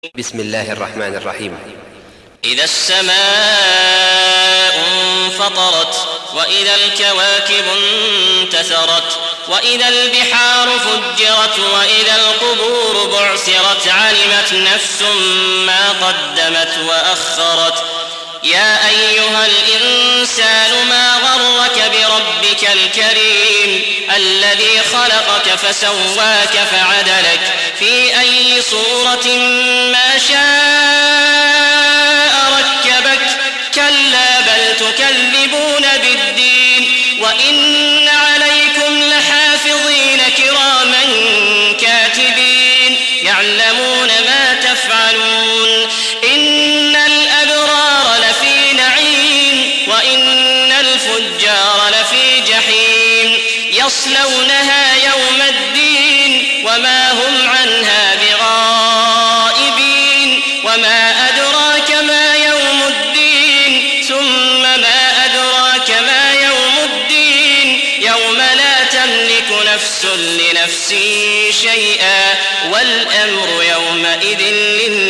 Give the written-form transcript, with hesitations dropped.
بسم الله الرحمن الرحيم. إذا السماء انفطرت وإذا الكواكب انتثرت وإذا البحار فجرت وإذا القبور بعثرت علمت نفس ما قدمت وأخرت. يا أيها الإنسان ما غرك بربك الكريم الذي خلقك فسواك فعدلك في أي صورة ما شاء ركبك. كلا بل تكذبون بالدين وإن عليكم لحافظين كراما كاتبين يعلمون ما تفعلون. إن الأبرار لفي نعيم وإن الفجار لفي جحيم يصلونها يوم الدين وما هم عنها بغائبين. وما أدراك ما يوم الدين ثم ما أدراك ما يوم الدين يوم لا تملك نفس لنفس شيئا والأمر يومئذ لله.